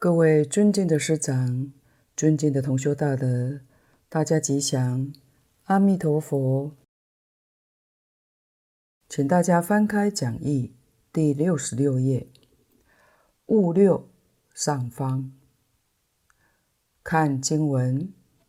各位尊敬的师长，尊敬的同修大德，大家吉祥，阿弥陀佛。请大家翻开讲义第66页，物六上方，看经文。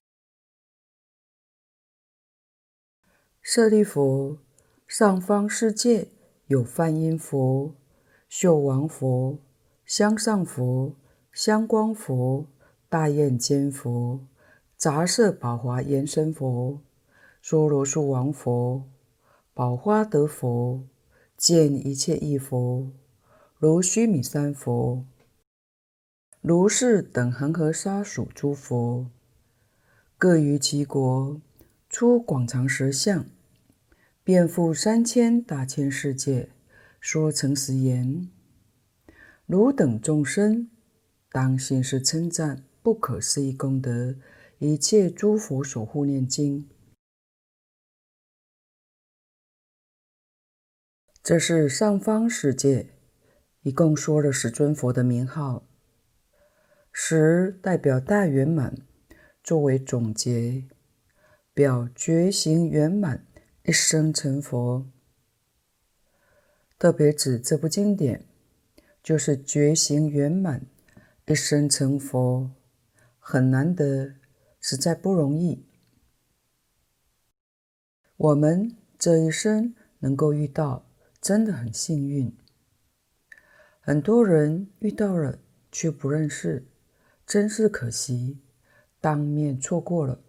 舍利弗，上方世界有梵音佛、秀王佛、香上佛、香光佛、大焰坚佛、杂色宝华延伸佛、娑罗树王佛、宝花德佛、见一切义佛、如须弥山佛、如是等恒河沙数诸佛，各于其国出广长舌相，遍覆3000大千世界，说诚实言：汝等众生，当信是称赞不可思议功德，一切诸佛所护念经。这是上方世界，一共说了10尊佛的名号。10代表大圆满，作为总结，表觉行圆满，一生成佛。特别指这部经典，就是觉行圆满，一生成佛，很难得，实在不容易。我们这一生能够遇到，真的很幸运。很多人遇到了却不认识，真是可惜，当面错过了。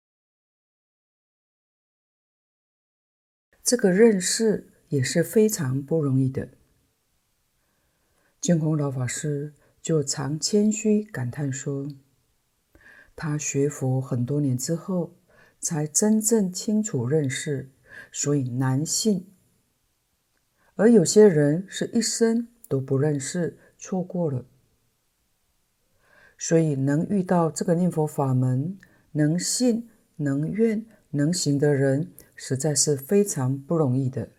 这个认识也是非常不容易的。净空老法师就常谦虚感叹说，他学佛很多年之后，才真正清楚认识，所以难信。而有些人是一生都不认识，错过了。所以能遇到这个念佛法门，能信、能愿、能行的人，实在是非常不容易的。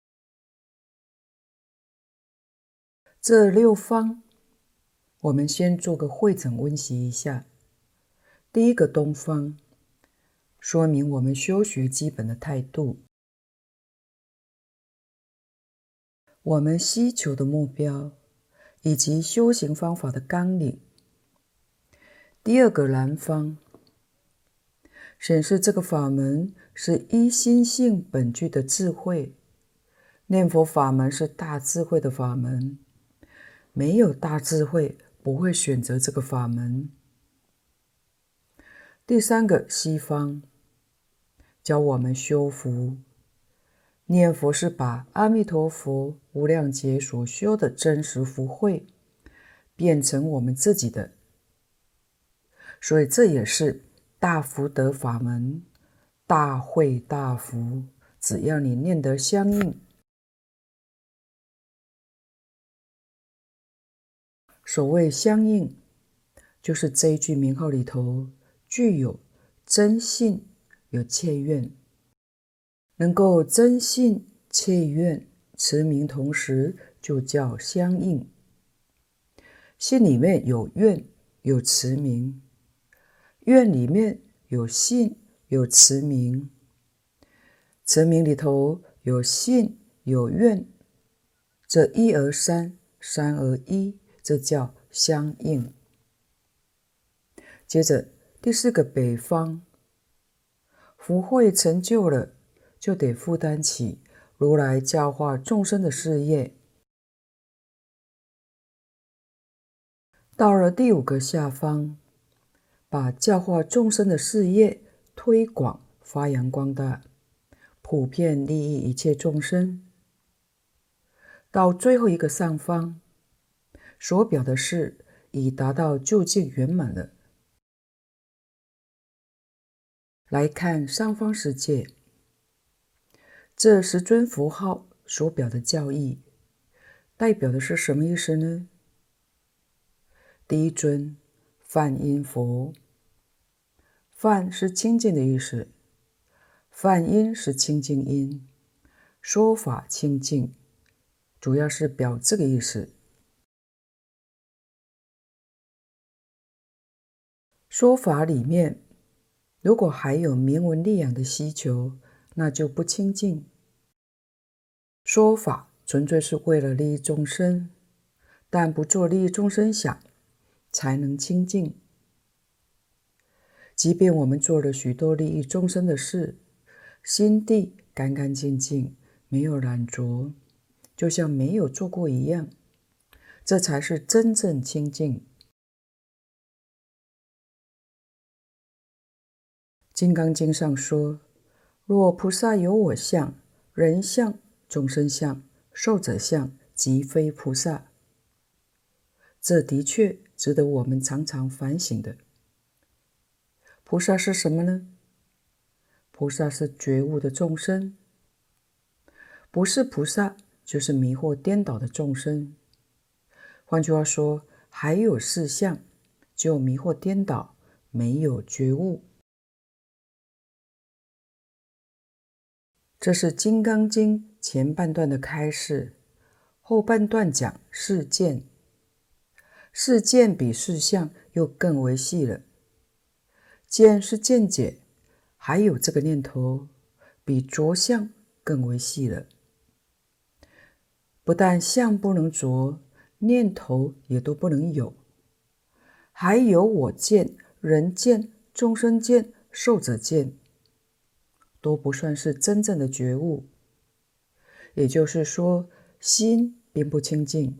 这6方，我们先做个会诊温习一下。第一个东方，说明我们修学基本的态度，我们希求的目标，以及修行方法的纲领。第二个南方，显示这个法门是依心性本具的智慧，念佛法门是大智慧的法门，没有大智慧不会选择这个法门。第三个西方，教我们修福，念佛是把阿弥陀佛无量劫所修的真实福慧变成我们自己的，所以这也是大福德法门，大慧大福，只要你念得相应。所谓相应，就是这一句名号里头具有真信，有切愿，能够真信切愿持名同时，就叫相应。信里面有愿，有持名；愿里面有信，有持名；持名里头有信，有愿，这一而三，三而一，这叫相应。接着第4个北方，福慧成就了，就得负担起如来教化众生的事业。到了第5个下方，把教化众生的事业推广发扬光大，普遍利益一切众生。到最后一个上方，所表的是已达到究竟圆满了。来看上方世界，这10尊符号所表的教义，代表的是什么意思呢？第一尊梵音佛，梵是清净的意思，梵音是清净音，说法清净，主要是表这个意思。 说法里面如果还有名闻利养的需求，那就不清净。说法纯粹是为了利益众生，但不做利益众生想，才能清净。即便我们做了许多利益众生的事，心地干干净净，没有染着，就像没有做过一样，这才是真正清净。金刚经上说，若菩萨有我相、人相、众生相、寿者相，即非菩萨。这的确值得我们常常反省的。菩萨是什么呢？菩萨是觉悟的众生，不是菩萨就是迷惑颠倒的众生。换句话说，还有四相，只有迷惑颠倒，没有觉悟。这是《金刚经》前半段的开示，后半段讲事见。事见比事相又更为细了。见是见解，还有这个念头，比着相更为细了。不但相不能着，念头也都不能有，还有我见、人见、众生见、寿者见，都不算是真正的觉悟。也就是说，心并不清净。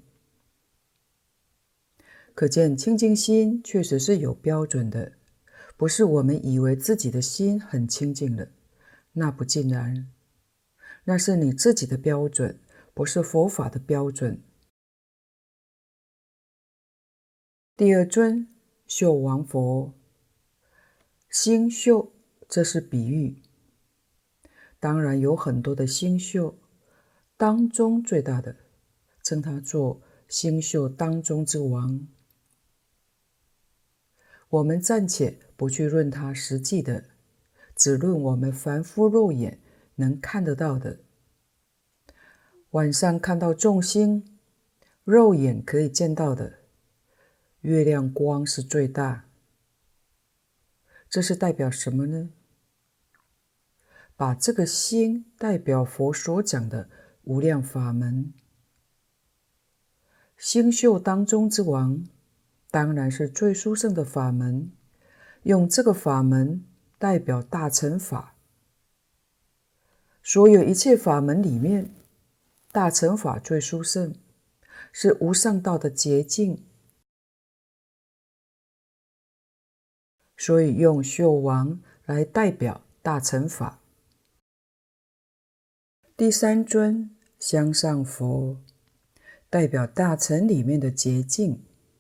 可见清净心确实是有标准的，不是我们以为自己的心很清净了，那不尽然。那是你自己的标准，不是佛法的标准。第二尊，秀王佛。星宿，这是比喻。当然有很多的星宿，当中最大的，称他做星宿当中之王。我们暂且不去论它实际的，只论我们凡夫肉眼能看得到的。晚上看到众星，肉眼可以见到的，月亮光是最大。这是代表什么呢？把这个星代表佛所讲的无量法门。星宿当中之王，当然是最殊胜的法门，用这个法门代表大乘法。所有一切法门里面，大乘法最殊胜，是无上道的捷径。所以用宿王来代表大乘法。第三尊，香上佛，代表大乘里面的捷径。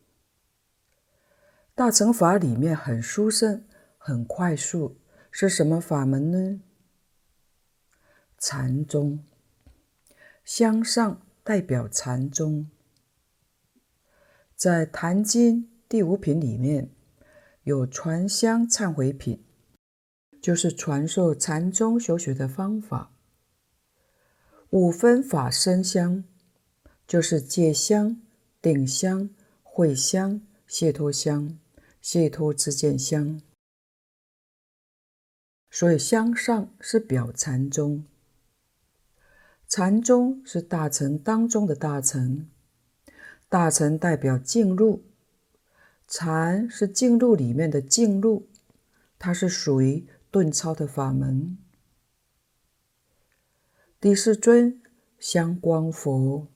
大乘法里面很殊胜，很快速，是什么法门呢？禅宗。香上代表禅宗。在《坛经》第5品里面有传香忏悔品，就是传授禅宗修学的方法。5分法身香，就是戒香、定香、慧香、解脱香、解脱知见香。所以香上是表禅宗。禅宗是大乘当中的大乘，大乘代表净入，禅是净入里面的净入，它是属于顿超的法门。第四尊，香光佛。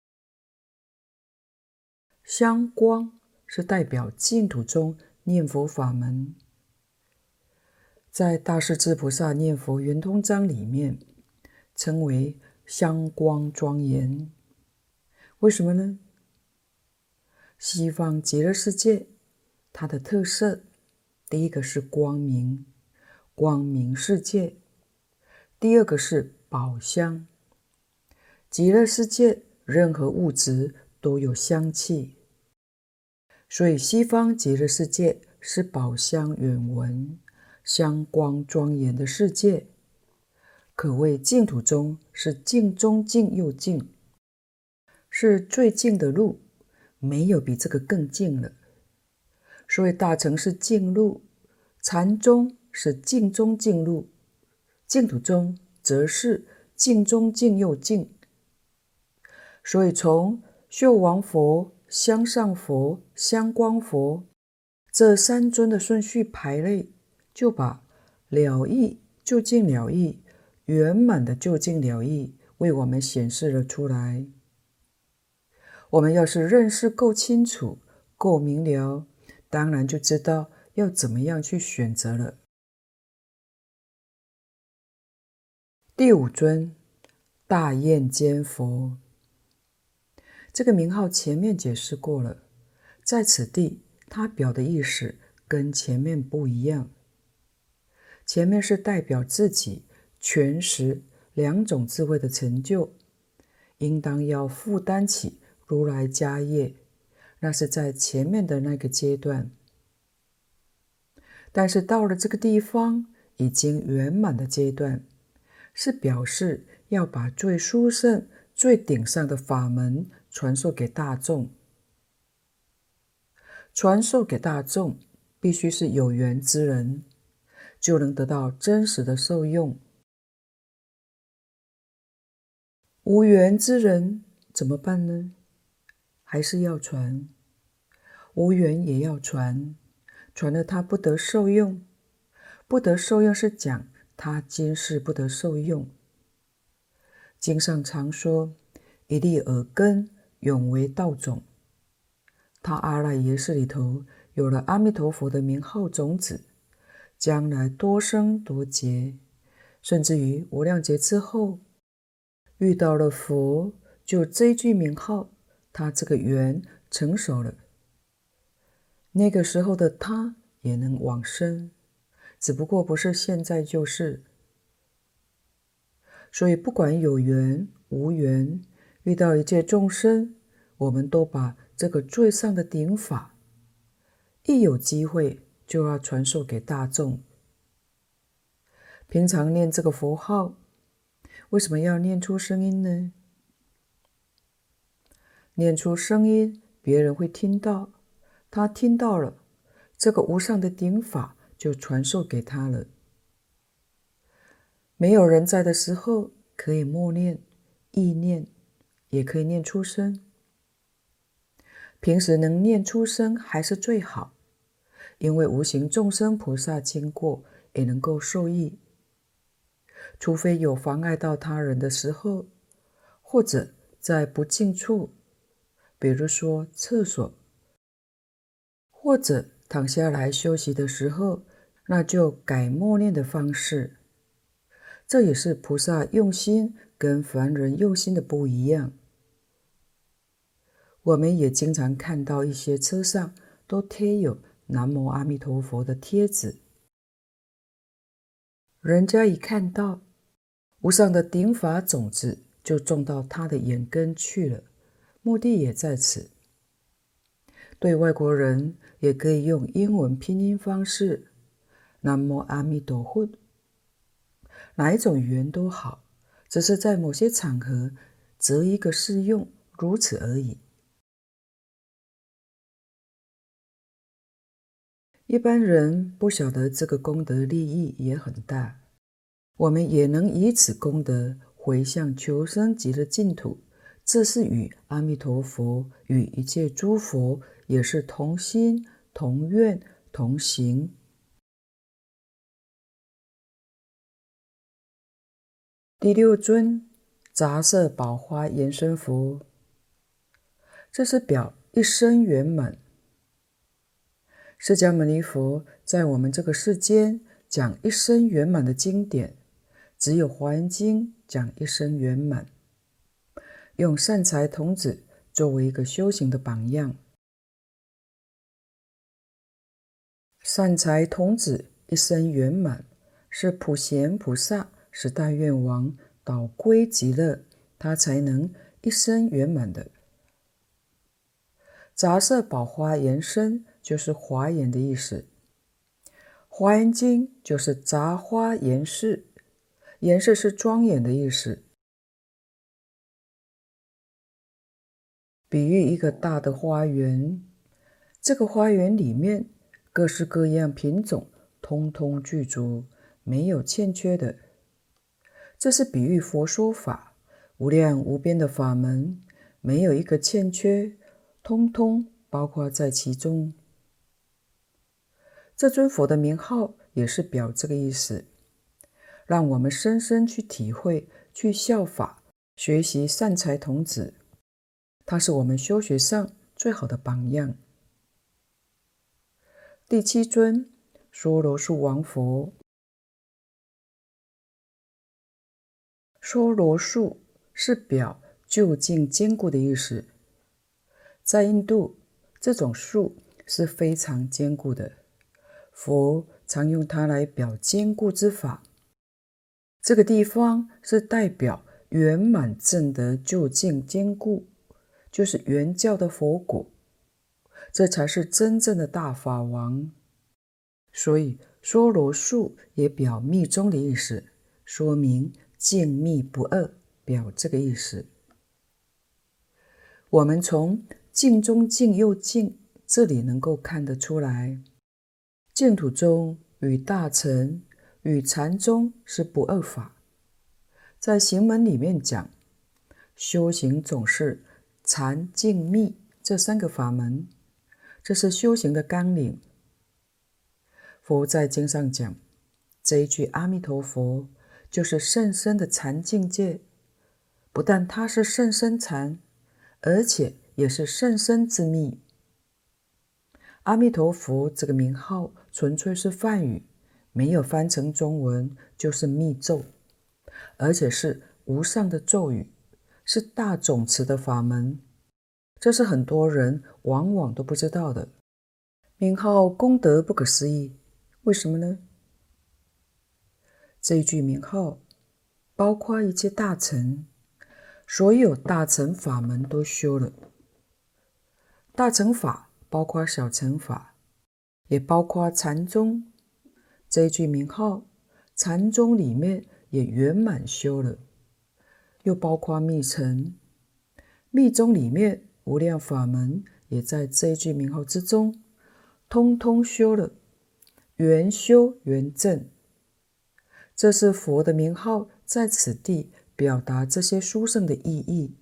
香光是代表净土中念佛法门。在大势至菩萨念佛圆通章里面称为香光庄严。为什么呢？西方极乐世界它的特色，第一个是光明，光明世界；第二个是宝香。极乐世界任何物质都有香气，所以西方极乐世界是宝香远闻、香光庄严的世界，可谓净土中是净中净又净，是最净的路，没有比这个更净了。 所以大乘是净路，禅宗是净中净路，净土宗则是净中净又净。所以从秀王佛、香上佛、香光佛这三尊的顺序排列，就把了义、究竟了义、圆满的究竟了义为我们显示了出来。我们要是认识够清楚、够明了，当然就知道要怎么样去选择了。第五尊，大焰肩佛。这个名号前面解释过了，在此地它表的意思跟前面不一样。前面是代表自己全实两种智慧的成就，应当要负担起如来家业，那是在前面的那个阶段。但是到了这个地方，已经圆满的阶段，是表示要把最殊胜、最顶上的法门传授给大众。传授给大众，必须是有缘之人，就能得到真实的受用。无缘之人怎么办呢？还是要传，无缘也要传，传了他不得受用。不得受用是讲他今世不得受用。经上常说，一粒耳根永为道种。他阿赖耶识里头有了阿弥陀佛的名号种子，将来多生多劫，甚至于无量劫之后，遇到了佛，就这句名号，他这个缘成熟了，那个时候的他也能往生，只不过不是现在就是。所以不管有缘无缘，遇到一切众生，我们都把这个最上的顶法，一有机会就要传授给大众。平常念这个佛号，为什么要念出声音呢？念出声音，别人会听到，他听到了，这个无上的顶法就传授给他了。没有人在的时候，可以默念、意念，也可以念出声。平时能念出声还是最好，因为无形众生菩萨经过也能够受益。除非有妨碍到他人的时候，或者在不近处，比如说厕所，或者躺下来休息的时候，那就改默念的方式。这也是菩萨用心跟凡人用心的不一样。我们也经常看到一些车上都贴有南无阿弥陀佛的贴纸，人家一看到无上的顶法种子，就种到他的眼根去了，目的也在此。对外国人也可以用英文拼音方式，南无阿弥陀佛，哪一种语言都好，只是在某些场合择一个适用，如此而已。一般人不晓得这个功德利益也很大，我们也能以此功德回向求生极乐净土，这是与阿弥陀佛与一切诸佛也是同心同愿同行。第六尊，杂色宝花延伸佛，这是表一生圆满。释迦牟尼佛在我们这个世间讲一生圆满的经典，只有《华严经》讲一生圆满，用善财童子作为一个修行的榜样。善财童子一生圆满，是普贤菩萨十大愿王导归极乐，他才能一生圆满的。杂色宝花延伸就是华严的意思，华严经就是杂花严饰，严饰是庄严的意思。比喻一个大的花园，这个花园里面各式各样品种通通具足，没有欠缺的。这是比喻佛说法无量无边的法门，没有一个欠缺，通通包括在其中。这尊佛的名号也是表这个意思，让我们深深去体会，去效法学习善财童子，他是我们修学上最好的榜样。第7尊娑罗树王佛。娑罗树是表究竟坚固的意思，在印度，这种树是非常坚固的，佛常用它来表坚固之法。这个地方是代表圆满正德究竟坚固，就是原教的佛果，这才是真正的大法王。所以娑罗树也表密宗的意思，说明静密不二，表这个意思。我们从静中静又静这里能够看得出来，净土宗与大乘与禅宗是不二法。在行门里面讲，修行总是禅静密这3个法门，这是修行的纲领。佛在经上讲，这一句阿弥陀佛就是甚深的禅境界，不但它是甚深禅，而且也是甚深之密。阿弥陀佛这个名号纯粹是梵语，没有翻成中文，就是密咒，而且是无上的咒语，是大总持的法门，这是很多人往往都不知道的。名号功德不可思议，为什么呢？这一句名号包括一切大乘，所有大乘法门都修了。大乘法包括小乘法，也包括禅宗。这一句名号，禅宗里面也圆满修了，又包括密乘。密宗里面无量法门也在这一句名号之中，通通修了，圆修圆证。这是佛的名号在此地表达这些殊胜的意义。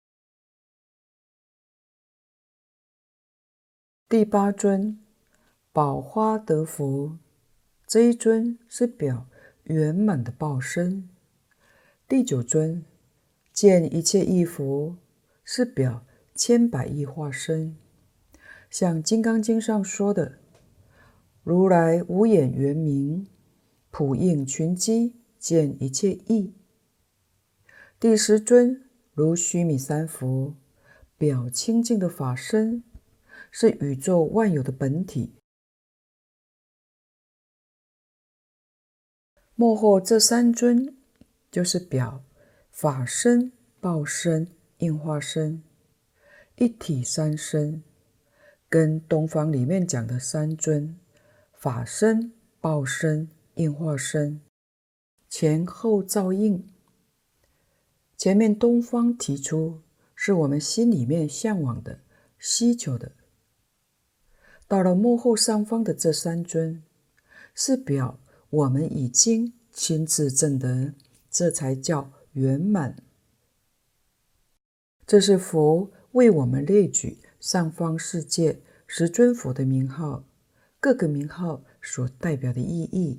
第8尊宝花德佛，这一尊是表圆满的报身。第9尊见一切义佛，是表千百亿化身。像《金刚经》上说的，如来无眼圆明，普应群机，见一切义。第10尊如须弥山佛，表清净的法身，是宇宙万有的本体。末后这3尊就是表法身、报身、应化身，一体3身，跟东方里面讲的3尊法身、报身、应化身前后照应。前面东方提出是我们心里面向往的、希求的，到了末后上方的这3尊，是表我们已经亲自证得，这才叫圆满。这是佛为我们列举上方世界10尊佛的名号，各个名号所代表的意义。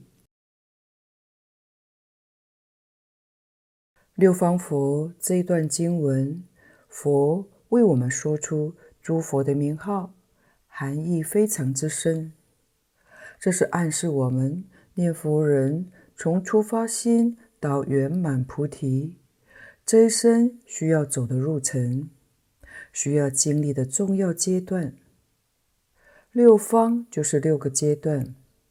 六方佛这一段经文，佛为我们说出诸佛的名号，含义非常之深。这是暗示我们念佛人从出发心到圆满菩提，这一生需要走的路程，需要经历的重要阶段。六方就是6个阶段。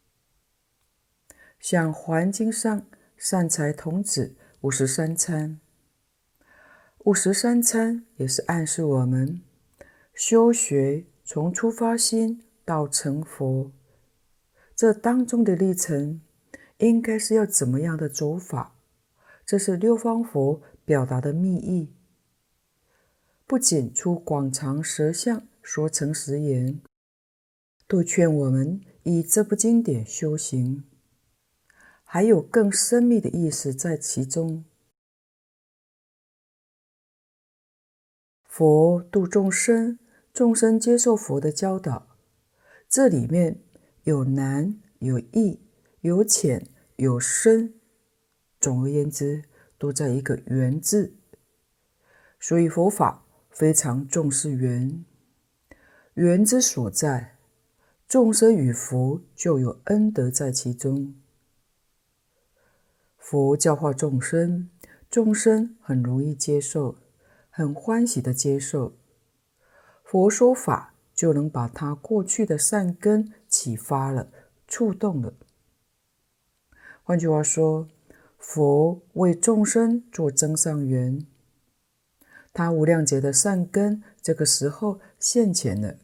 像《环经》上善财童子53参，53参也是暗示我们修学从出发心到成佛，这当中的历程应该是要怎么样的走法，这是六方佛表达的密意。不仅出广长舌相说成实言，都劝我们以这部经典修行，还有更深密的意思在其中。佛度众生，众生接受佛的教导，这里面有难有易，有浅有深，总而言之都在一个缘字。所以佛法非常重视缘，缘之所在，众生与佛就有恩德在其中。佛教化众生，众生很容易接受，很欢喜的接受。佛说法就能把他过去的善根启发了，触动了。换句话说，佛为众生做增上缘，他无量劫的善根这个时候现前了。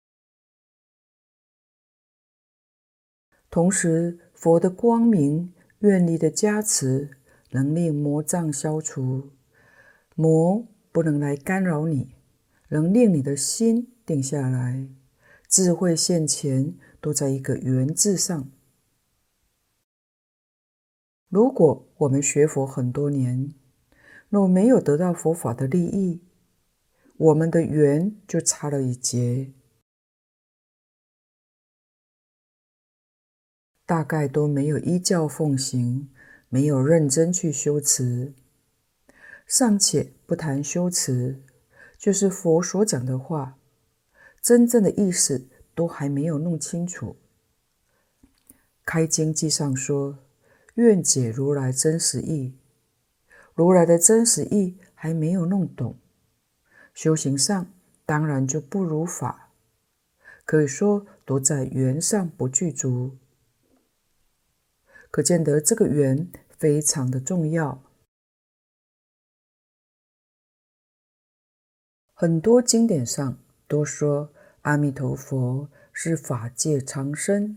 同时，佛的光明、愿力的加持，能令魔障消除，魔不能来干扰你，能令你的心定下来，智慧现前，都在一个缘字上。如果我们学佛很多年，若没有得到佛法的利益，我们的缘就差了一截，大概都没有依教奉行，没有认真去修持。尚且不谈修持，就是佛所讲的话，真正的意思都还没有弄清楚。开经记上说，愿解如来真实义，如来的真实义还没有弄懂，修行上当然就不如法，可以说都在缘上不具足。可见得这个缘非常的重要。很多经典上都说阿弥陀佛是法界常生，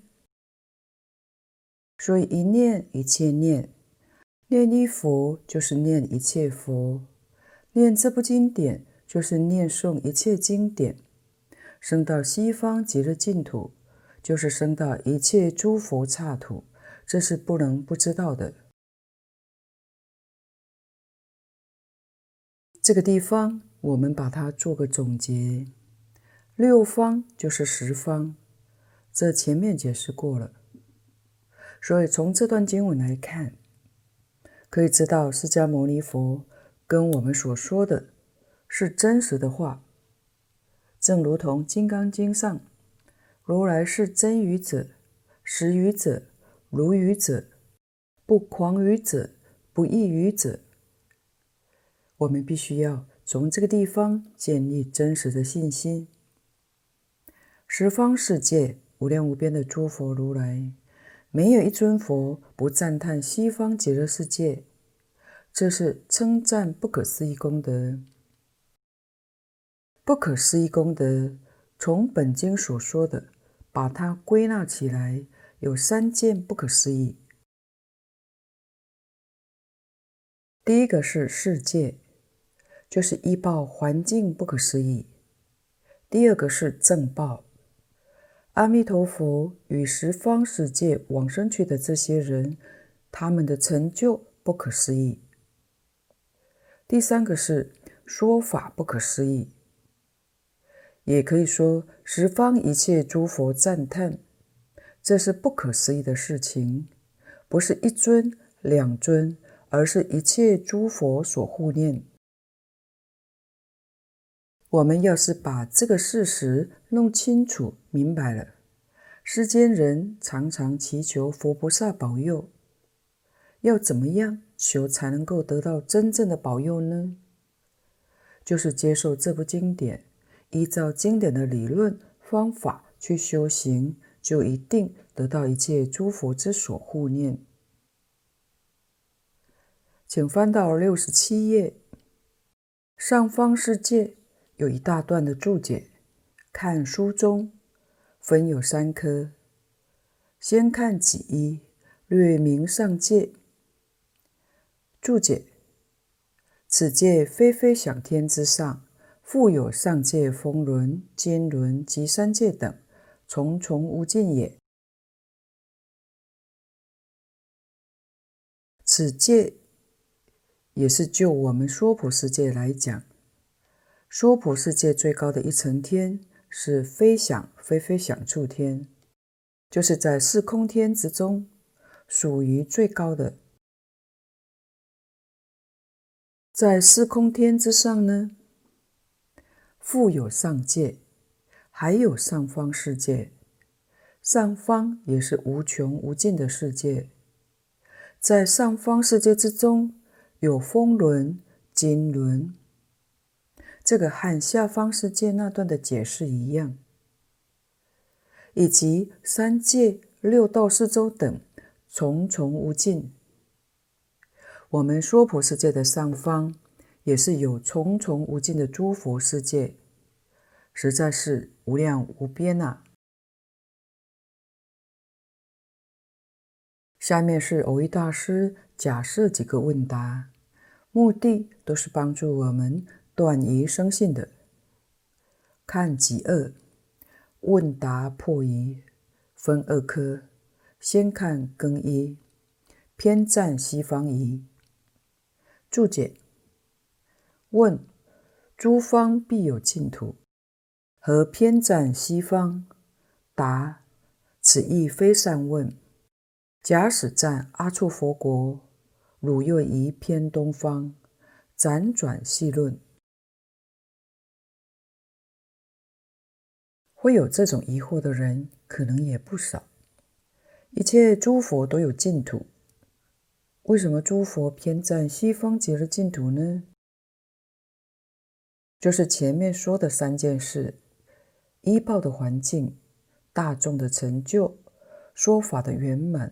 所以一念一切念，念一佛就是念一切佛，念这部经典就是念诵一切经典，升到西方极乐净土，就是升到一切诸佛刹土，这是不能不知道的。这个地方我们把它做个总结，六方就是十方，这前面解释过了。所以从这段经文来看，可以知道释迦牟尼佛跟我们所说的是真实的话。正如同《金刚经》上，如来是真语者、实语者、如语者、不诳语者、不异语者。我们必须要从这个地方建立真实的信心。十方世界无量无边的诸佛如来，没有一尊佛不赞叹西方极乐世界，这是称赞不可思议功德。不可思议功德，从本经所说的，把它归纳起来，有三件不可思议。第一个是世界，就是依报环境不可思议。第二个是正报，阿弥陀佛与十方世界往生去的这些人，他们的成就不可思议。第三个是说法不可思议，也可以说十方一切诸佛赞叹，这是不可思议的事情，不是一尊两尊，而是一切诸佛所护念。我们要是把这个事实弄清楚明白了，世间人常常祈求佛菩萨保佑，要怎么样求才能够得到真正的保佑呢？就是接受这部经典，依照经典的理论方法去修行，就一定得到一切诸佛之所护念。请翻到67页，上方世界有一大段的注解，看书中分有3科。先看己一，略明上界。注解：此界非非想天之上，复有上界风轮、金轮及三界等，重重无尽也。 此界也是就我们娑婆世界来讲，娑婆世界最高的一层天是非想非非想处天，就是在四空天之中属于最高的。在四空天之上呢，复有上界，还有上方世界。上方也是无穷无尽的世界。在上方世界之中，有风轮、金轮，这个和下方世界那段的解释一样，以及三界、六道、四周等重重无尽。我们娑婆世界的上方也是有重重无尽的诸佛世界，实在是无量无边啊。下面是蕅益大师假设几个问答，目的都是帮助我们断疑生信的。看己二，问答破疑，分二科。先看庚一，偏占西方疑。注解：问：诸方必有净土，何偏占西方？答：此亦非善问。假使占阿处佛国，汝又宜偏东方，辗转细论。会有这种疑惑的人可能也不少。一切诸佛都有净土，为什么诸佛偏占西方极乐净土呢？就是前面说的三件事：依报的环境、大众的成就、说法的圆满。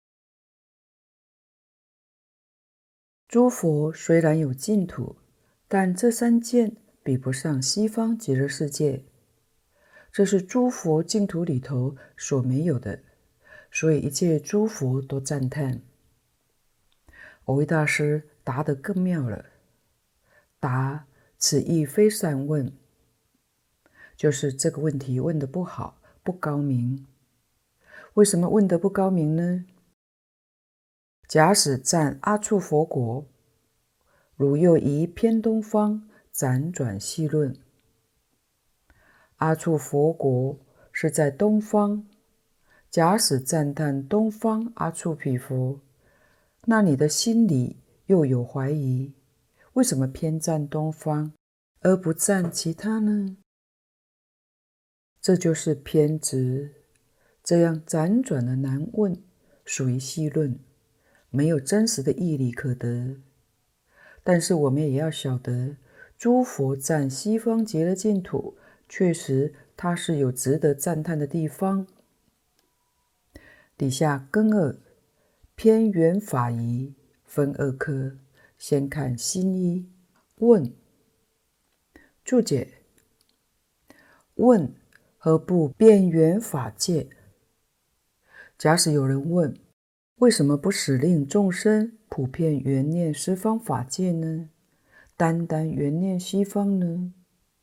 诸佛虽然有净土，但这三件比不上西方极乐世界，这是诸佛净土里头所没有的，所以一切诸佛都赞叹。蕅益大师答得更妙了，答：此亦非善问，就是这个问题问得不好，不高明。为什么问得不高明呢？假使占阿处佛国，汝又宜偏东方，辗转细论。阿处佛国是在东方，假使赞叹东方阿处毗佛，那你的心里又有怀疑，为什么偏赞东方，而不赞其他呢？这就是偏执，这样辗转的难问，属于细论，没有真实的义理可得。但是我们也要晓得，诸佛赞西方极乐净土，确实它是有值得赞叹的地方。底下庚二，偏圆法疑，分二科。先看心一。问：注解：问何不变圆法界？假使有人问，为什么不使令众生普遍圆念十方法界呢？单单圆念西方呢？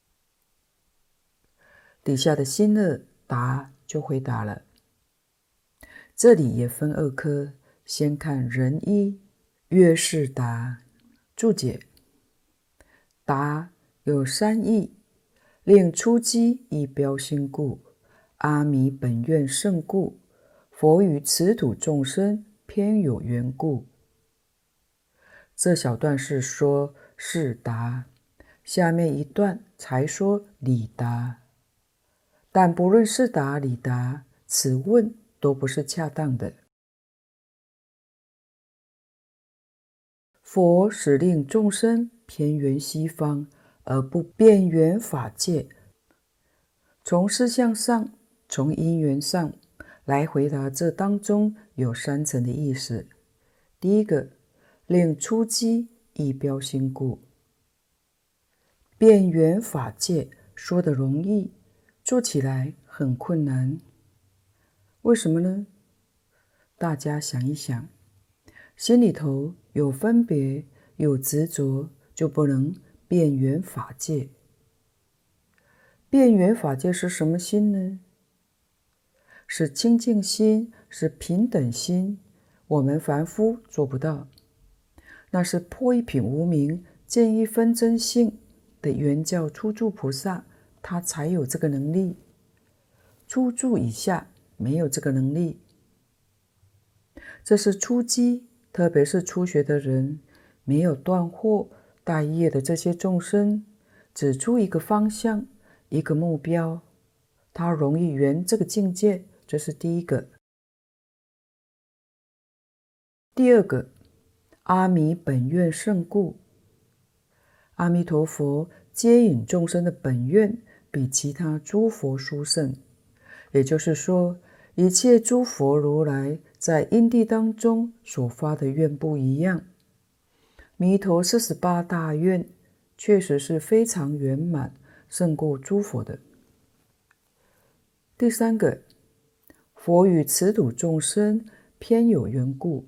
底下的心二答就回答了。这里也分二科，先看人一。月是答。注解：答有三义，令初机以标心故，阿弥本愿胜故，佛于此土众生偏有缘故。这小段是说是答，下面一段才说理答。但不论是答理答，此问都不是恰当的。佛使令众生偏圆西方，而不变圆法界。从思想上，从因缘上来回答，这当中有三层的意思。第一个，令初机以标心故。变圆法界说得容易，做起来很困难。为什么呢？大家想一想，心里头有分别，有执着，就不能变圆法界。变圆法界是什么心呢？是清净心，是平等心。我们凡夫做不到， 那是破一品无明，见一分真性的圆教初住菩萨，他才有这个能力。初住以下没有这个能力。这是初机，特别是初学的人，没有断惑大业的这些众生，指出一个方向，一个目标，他容易圆这个境界，这是第一个。第二个，阿弥本愿胜故。阿弥陀佛接引众生的本愿比其他诸佛殊胜，也就是说，一切诸佛如来在因地当中所发的愿不一样。弥陀48大愿确实是非常圆满，胜过诸佛的。第三个，佛与此土众生偏有缘故。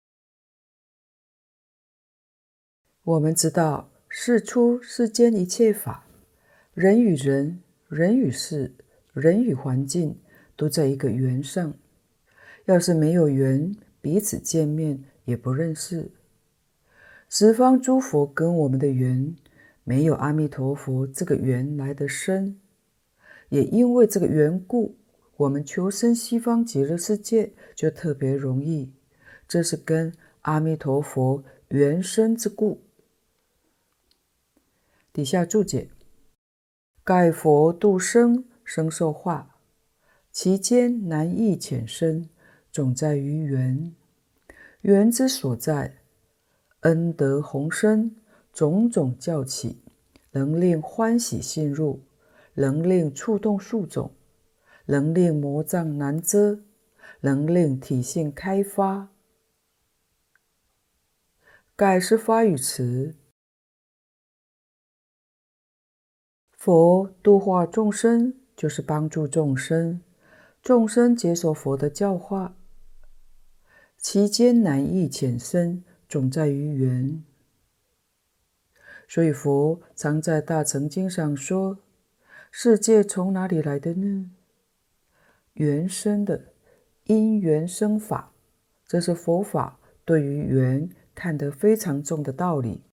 我们知道世出世间一切法，人与人、人与事、人与环境都在一个缘上。要是没有缘，彼此见面也不认识。十方诸佛跟我们的缘，没有阿弥陀佛这个缘来得深。也因为这个缘故，我们求生西方极乐世界就特别容易。这是跟阿弥陀佛缘深之故。底下注解：盖佛度生，生受化，其间难易浅深，总在于缘。缘之所在，恩德宏深，种种教起，能令欢喜信入，能令触动数种，能令魔障难遮，能令体性开发。盖是发语词。佛度化众生，就是帮助众生，众生接受佛的教化，其间难易浅深，总在于缘。所以佛常在大乘经上说，世界从哪里来的呢？缘生的，因缘生法，这是佛法对于缘看得非常重的道理。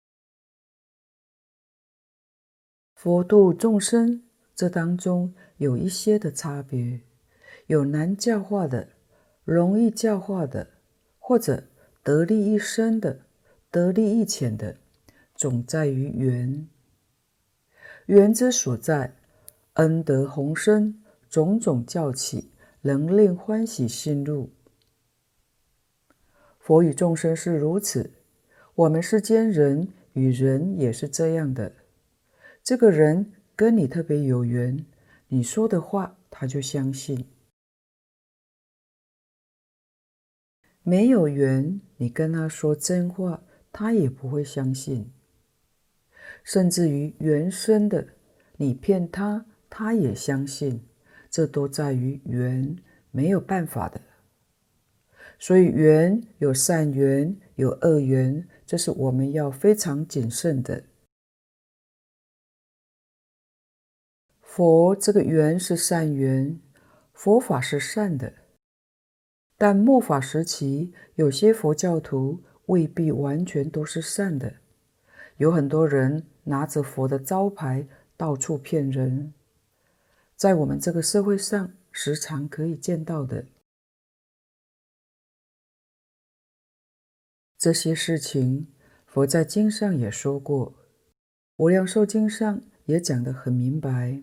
佛度众生，这当中有一些的差别，有难教化的，容易教化的，或者得利益深的，得利益浅的，总在于缘。缘之所在，恩德宏深，种种教起，能令欢喜信入。佛与众生是如此，我们世间人与人也是这样的。这个人跟你特别有缘，你说的话他就相信。没有缘，你跟他说真话，他也不会相信。甚至于缘生的，你骗他，他也相信。这都在于缘，没有办法的。所以缘有善缘，有恶缘，这是我们要非常谨慎的。佛这个缘是善缘，佛法是善的，但末法时期有些佛教徒未必完全都是善的，有很多人拿着佛的招牌到处骗人，在我们这个社会上时常可以见到的。这些事情佛在经上也说过，无量寿经上也讲得很明白。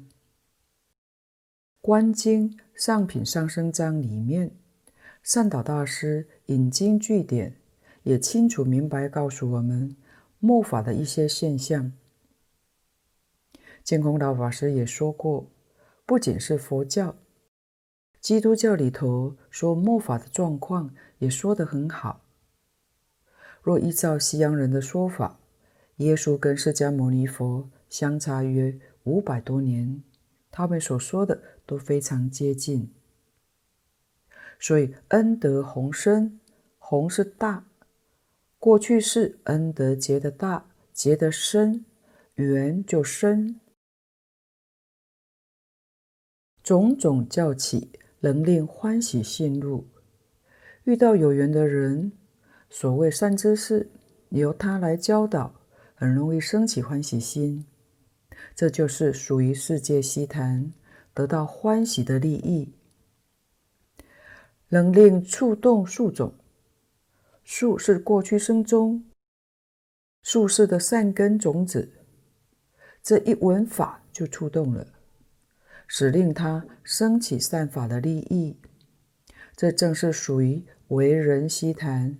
观经上品上生章里面，善导大师引经据典，也清楚明白告诉我们末法的一些现象。净空老法师也说过，不仅是佛教，基督教里头说末法的状况也说得很好。若依照西洋人的说法，耶稣跟释迦牟尼佛相差约500多年，他们所说的都非常接近。所以恩德宏深，宏是大，过去世恩德结得大，结得深，缘就深。种种教起，能令欢喜信入。遇到有缘的人，所谓善知识， 由他来教导，很容易升起欢喜心。这就是属于世界悉檀，得到欢喜的利益。能令触动树种，树是过去生中树世的善根种子，这一闻法就触动了，使令它升起善法的利益。这正是属于为人悉檀。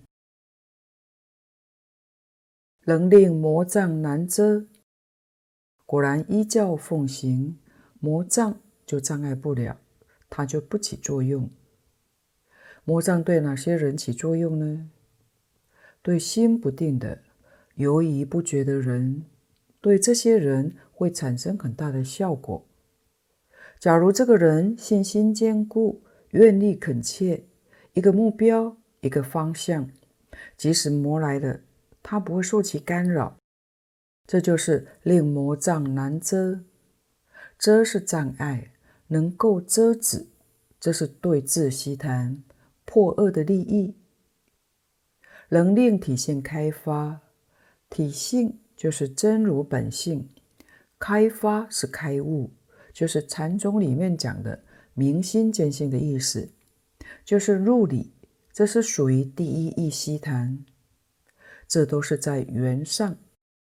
能令魔障难遮，果然依教奉行，魔障就障碍不了，它就不起作用。魔障对哪些人起作用呢？对心不定的、犹疑不决的人，对这些人会产生很大的效果。假如这个人信心坚固，愿力恳切，一个目标，一个方向，即使魔来了，他不会受其干扰。这就是令魔障难遮。遮是障碍，能够遮止，这是对治悉檀，破恶的利益。能令体性开发，体性就是真如本性，开发是开悟，就是禅宗里面讲的明心见性的意思，就是入理，这是属于第一义悉檀。这都是在缘上。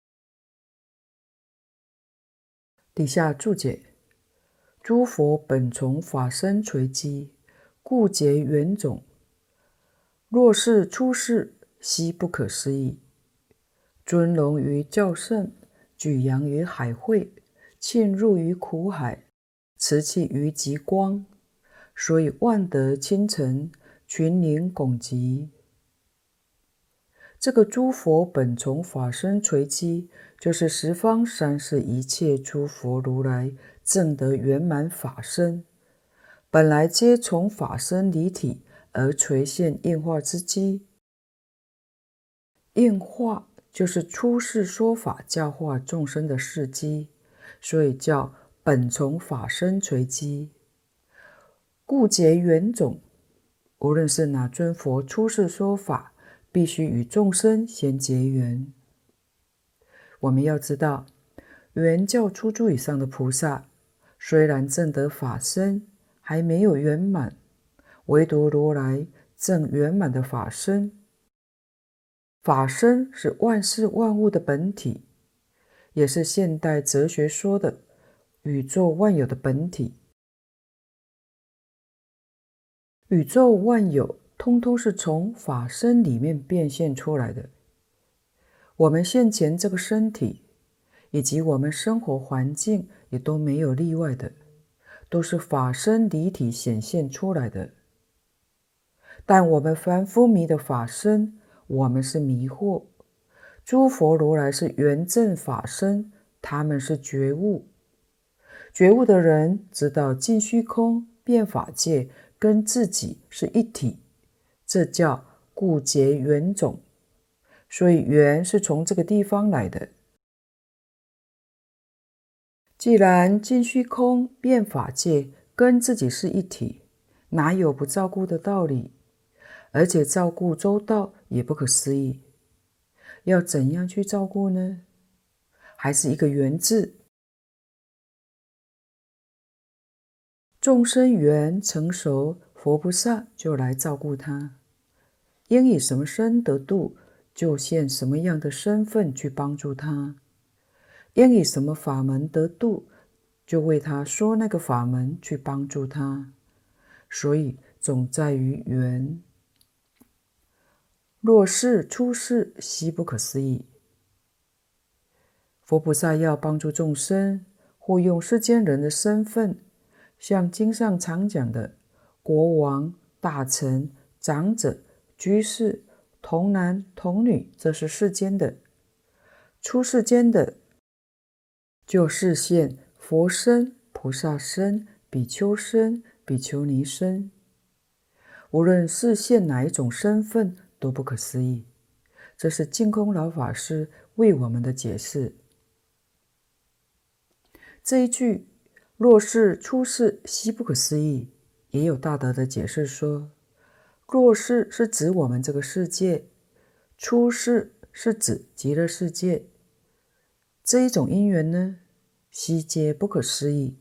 底下注解：诸佛本从法身垂机，故结缘种。若是出世，悉不可思议。尊荣于教圣，举扬于海会，浸入于苦海，持气于极光，所以万德倾城，群灵拱集。这个诸佛本从法身垂机，就是十方三世一切诸佛如来证得圆满法身，本来皆从法身离体而垂现应化之机。应化就是出世说法教化众生的事机，所以叫本从法身垂机。故结缘种，无论是哪尊佛出世说法，必须与众生先结缘。我们要知道，原教初住以上的菩萨，虽然证得法身，还没有圆满，唯独如来证圆满的法身。法身是万事万物的本体，也是现代哲学说的宇宙万有的本体。宇宙万有通通是从法身里面变现出来的。我们现前这个身体，以及我们生活环境也都没有例外的，都是法身离体显现出来的。但我们凡夫迷的法身，我们是迷惑；诸佛如来是圆正法身，他们是觉悟。觉悟的人知道尽虚空变法界跟自己是一体，这叫故结缘种。所以缘是从这个地方来的。既然尽虚空变法界跟自己是一体，哪有不照顾的道理？而且照顾周到也不可思议。要怎样去照顾呢？还是一个缘字。众生缘成熟，佛菩萨就来照顾他。应以什么身得度，就现什么样的身份去帮助他；应以什么法门得度，就为他说那个法门去帮助他。所以总在于缘。若是出世，悉不可思议。佛菩萨要帮助众生，或用世间人的身份，像经上常讲的国王、大臣、长者、居士、童男童女，这是世间的；出世间的，就示现佛身、菩萨身、比丘身、比丘尼身。无论示现哪一种身份，都不可思议。这是净空老法师为我们的解释。这一句若是出世，悉不可思议，也有大德的解释说，若是是指我们这个世界，出世是指极乐世界。这一种因缘呢，悉皆不可思议。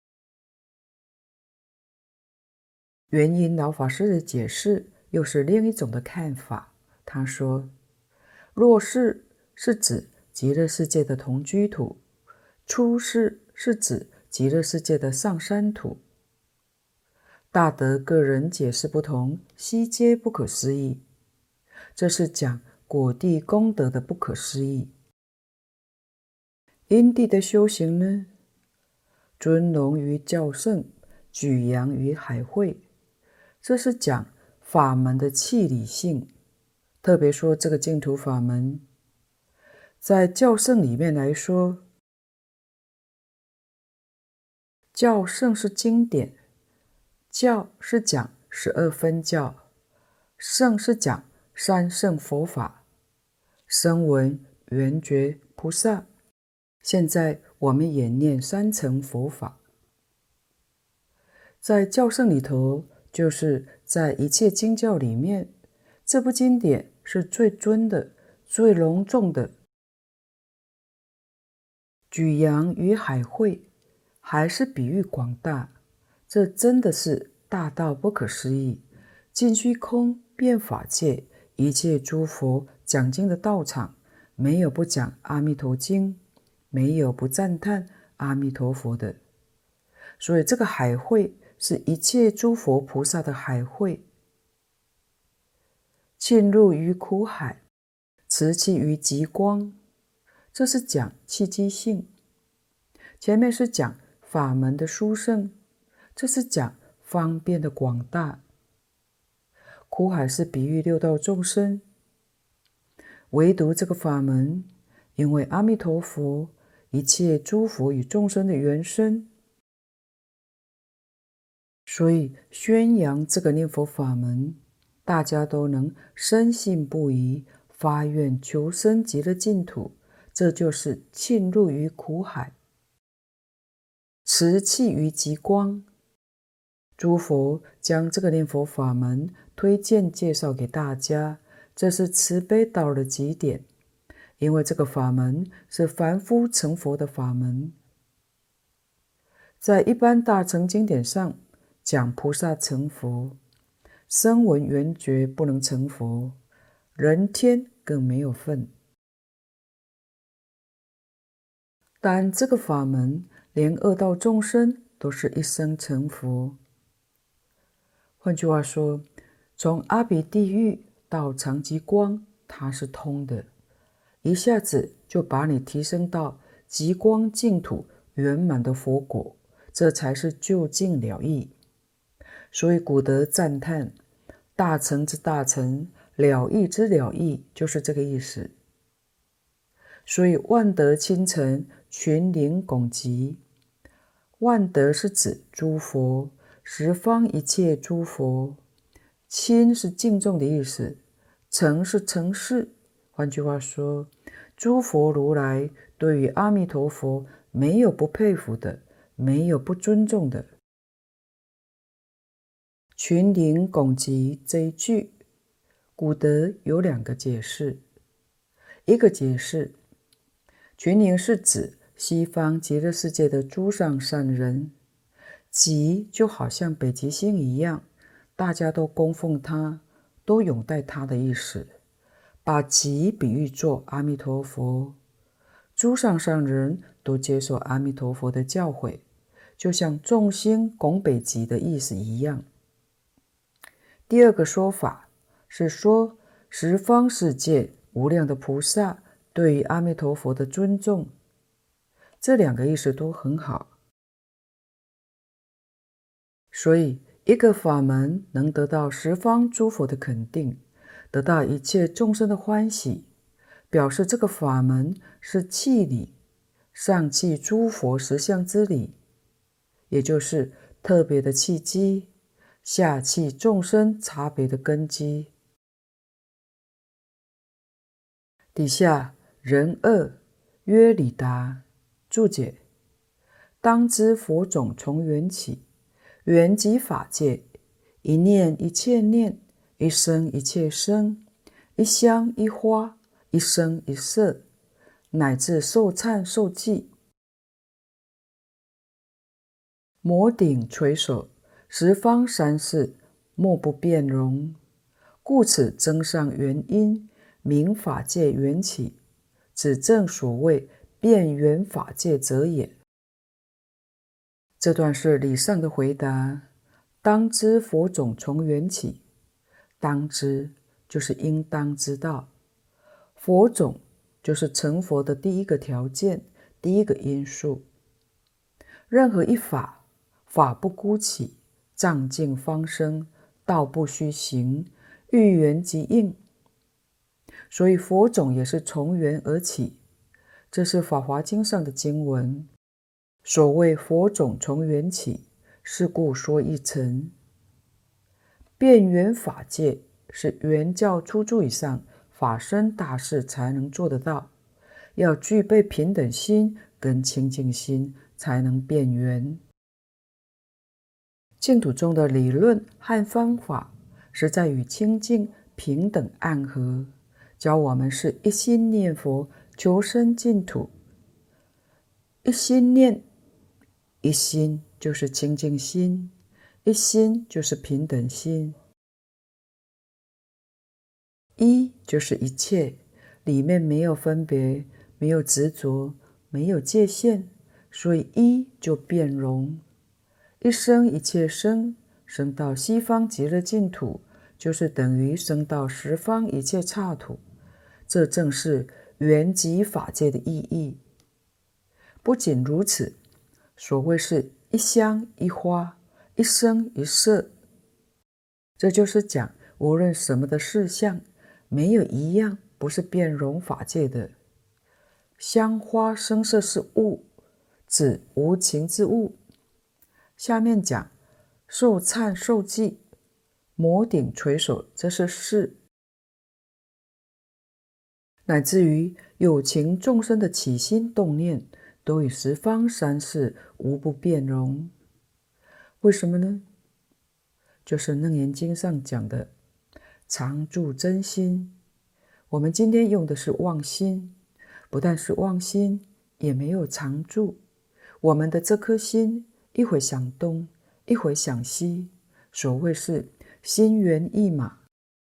元音老法师的解释又是另一种的看法。他说，若是是指极乐世界的同居土，出世是指极乐世界的上山土。大德个人解释不同，悉皆不可思议。这是讲果地功德的不可思议。因地的修行呢，尊荣于教圣，举扬于海会，这是讲法门的气理性。特别说这个净土法门，在教圣里面来说，教圣是经典，教是讲12分教，圣是讲三圣佛法，声闻、缘觉、菩萨。现在我们也念三乘佛法。在教圣里头，就是在一切经教里面，这部经典是最尊的、最隆重的。举扬于海会，还是比喻广大，这真的是大到不可思议。尽虚空遍法界，一切诸佛讲经的道场，没有不讲阿弥陀经，没有不赞叹阿弥陀佛的。所以这个海会是一切诸佛菩萨的海会。浸入于苦海，持气于极光，这是讲契机性。前面是讲法门的殊胜，这是讲方便的广大。苦海是比喻六道众生，唯独这个法门，因为阿弥陀佛一切诸佛与众生的原生，所以宣扬这个念佛法门，大家都能深信不疑，发愿求生极乐净土，这就是浸入于苦海，持气于极光。诸佛将这个念佛法门推荐介绍给大家，这是慈悲到了极点。因为这个法门是凡夫成佛的法门。在一般大乘经典上讲菩萨成佛，声闻缘觉不能成佛，人天更没有份。但这个法门连恶道众生都是一生成佛。换句话说，从阿鼻地狱到常寂光，它是通的，一下子就把你提升到极光净土圆满的佛果，这才是究竟了义。所以古德赞叹大乘之大乘，了义之了义，就是这个意思。所以万德亲诚，群灵拱集。万德是指诸佛，十方一切诸佛。亲是敬重的意思，诚是诚实。换句话说，诸佛如来对于阿弥陀佛没有不佩服的，没有不尊重的。群灵拱集这一句，古德有2个解释。一个解释，群灵是指西方极乐世界的诸上善人，极就好像北极星一样，大家都供奉他，都拥戴他的意思，把极比喻作阿弥陀佛。诸上善人都接受阿弥陀佛的教诲，就像众星拱北极的意思一样。第2个说法是说，十方世界无量的菩萨对于阿弥陀佛的尊重。这2个意思都很好。所以一个法门能得到十方诸佛的肯定，得到一切众生的欢喜，表示这个法门是气理，上契诸佛实相之理，也就是特别的契机，下契众生差别的根基。底下人二曰理达注解：当知佛种从缘起，缘即法界，一念一切念，一生一切生，一香一花， 一声一色，乃至受忏受记。摩顶垂手，十方三世，莫不变容。故此增上原因，名法界缘起，指正所谓变缘法界者也。这段是理上的回答。当知佛种从缘起，当知就是应当知道，佛种就是成佛的第一个条件，第一个因素。任何一法，法不孤起，藏尽方生，道不虚行，遇缘即应。所以佛种也是从缘而起，这是《法华经》上的经文。所谓佛种从缘起，是故说一层。变缘法界是原教初住以上法身大士才能做得到，要具备平等心跟清净心才能变缘。净土中的理论和方法是在与清净平等暗合，教我们是一心念佛求生净土。一心念，一心就是清净心，一心就是平等心。一就是一切，里面没有分别，没有执着，没有界限，所以一就变容。一生一切生，生到西方极乐净土，就是等于生到十方一切刹土。这正是缘起法界的意义。不仅如此，所谓是一香一花，一声一色，这就是讲无论什么的事项，没有一样不是变容法界的。香花声色是物，指无情之物。下面讲受忏受记，摩顶垂手，这是事。乃至于有情众生的起心动念，都与十方三世无不变容。为什么呢？就是《楞严经》上讲的常住真心。我们今天用的是妄心，不但是妄心，也没有常住。我们的这颗心一会想东，一会想西，所谓是心猿意马。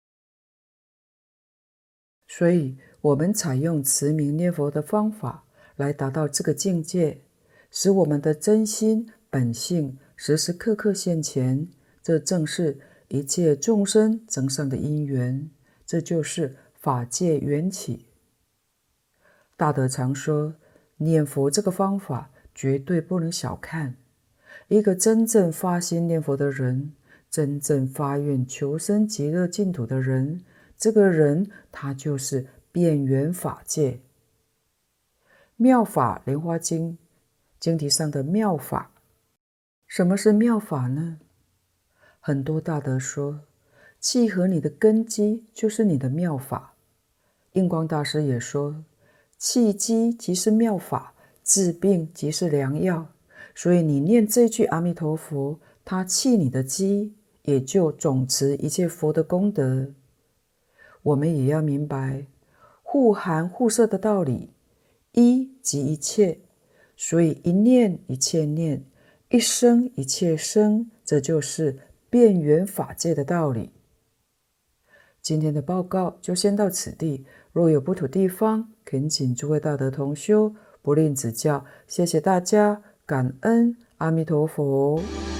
所以我们采用持名念佛的方法来达到这个境界，使我们的真心本性时时刻刻现前。这正是一切众生增上的因缘，这就是法界缘起。大德常说，念佛这个方法绝对不能小看。一个真正发心念佛的人，真正发愿求生极乐净土的人，这个人他就是变缘法界。妙法莲华经经题上的妙法，什么是妙法呢？很多大德说，契合你的根基就是你的妙法。印光大师也说，契机即是妙法，治病即是良药。所以你念这句阿弥陀佛，它契你的机，也就总持一切佛的功德。我们也要明白互含互摄的道理，一即一切，所以一念一切念，一生一切生，这就是变缘法界的道理。今天的报告就先到此地，若有不妥地方，恳请诸位大德同修不吝指教。谢谢大家，感恩阿弥陀佛。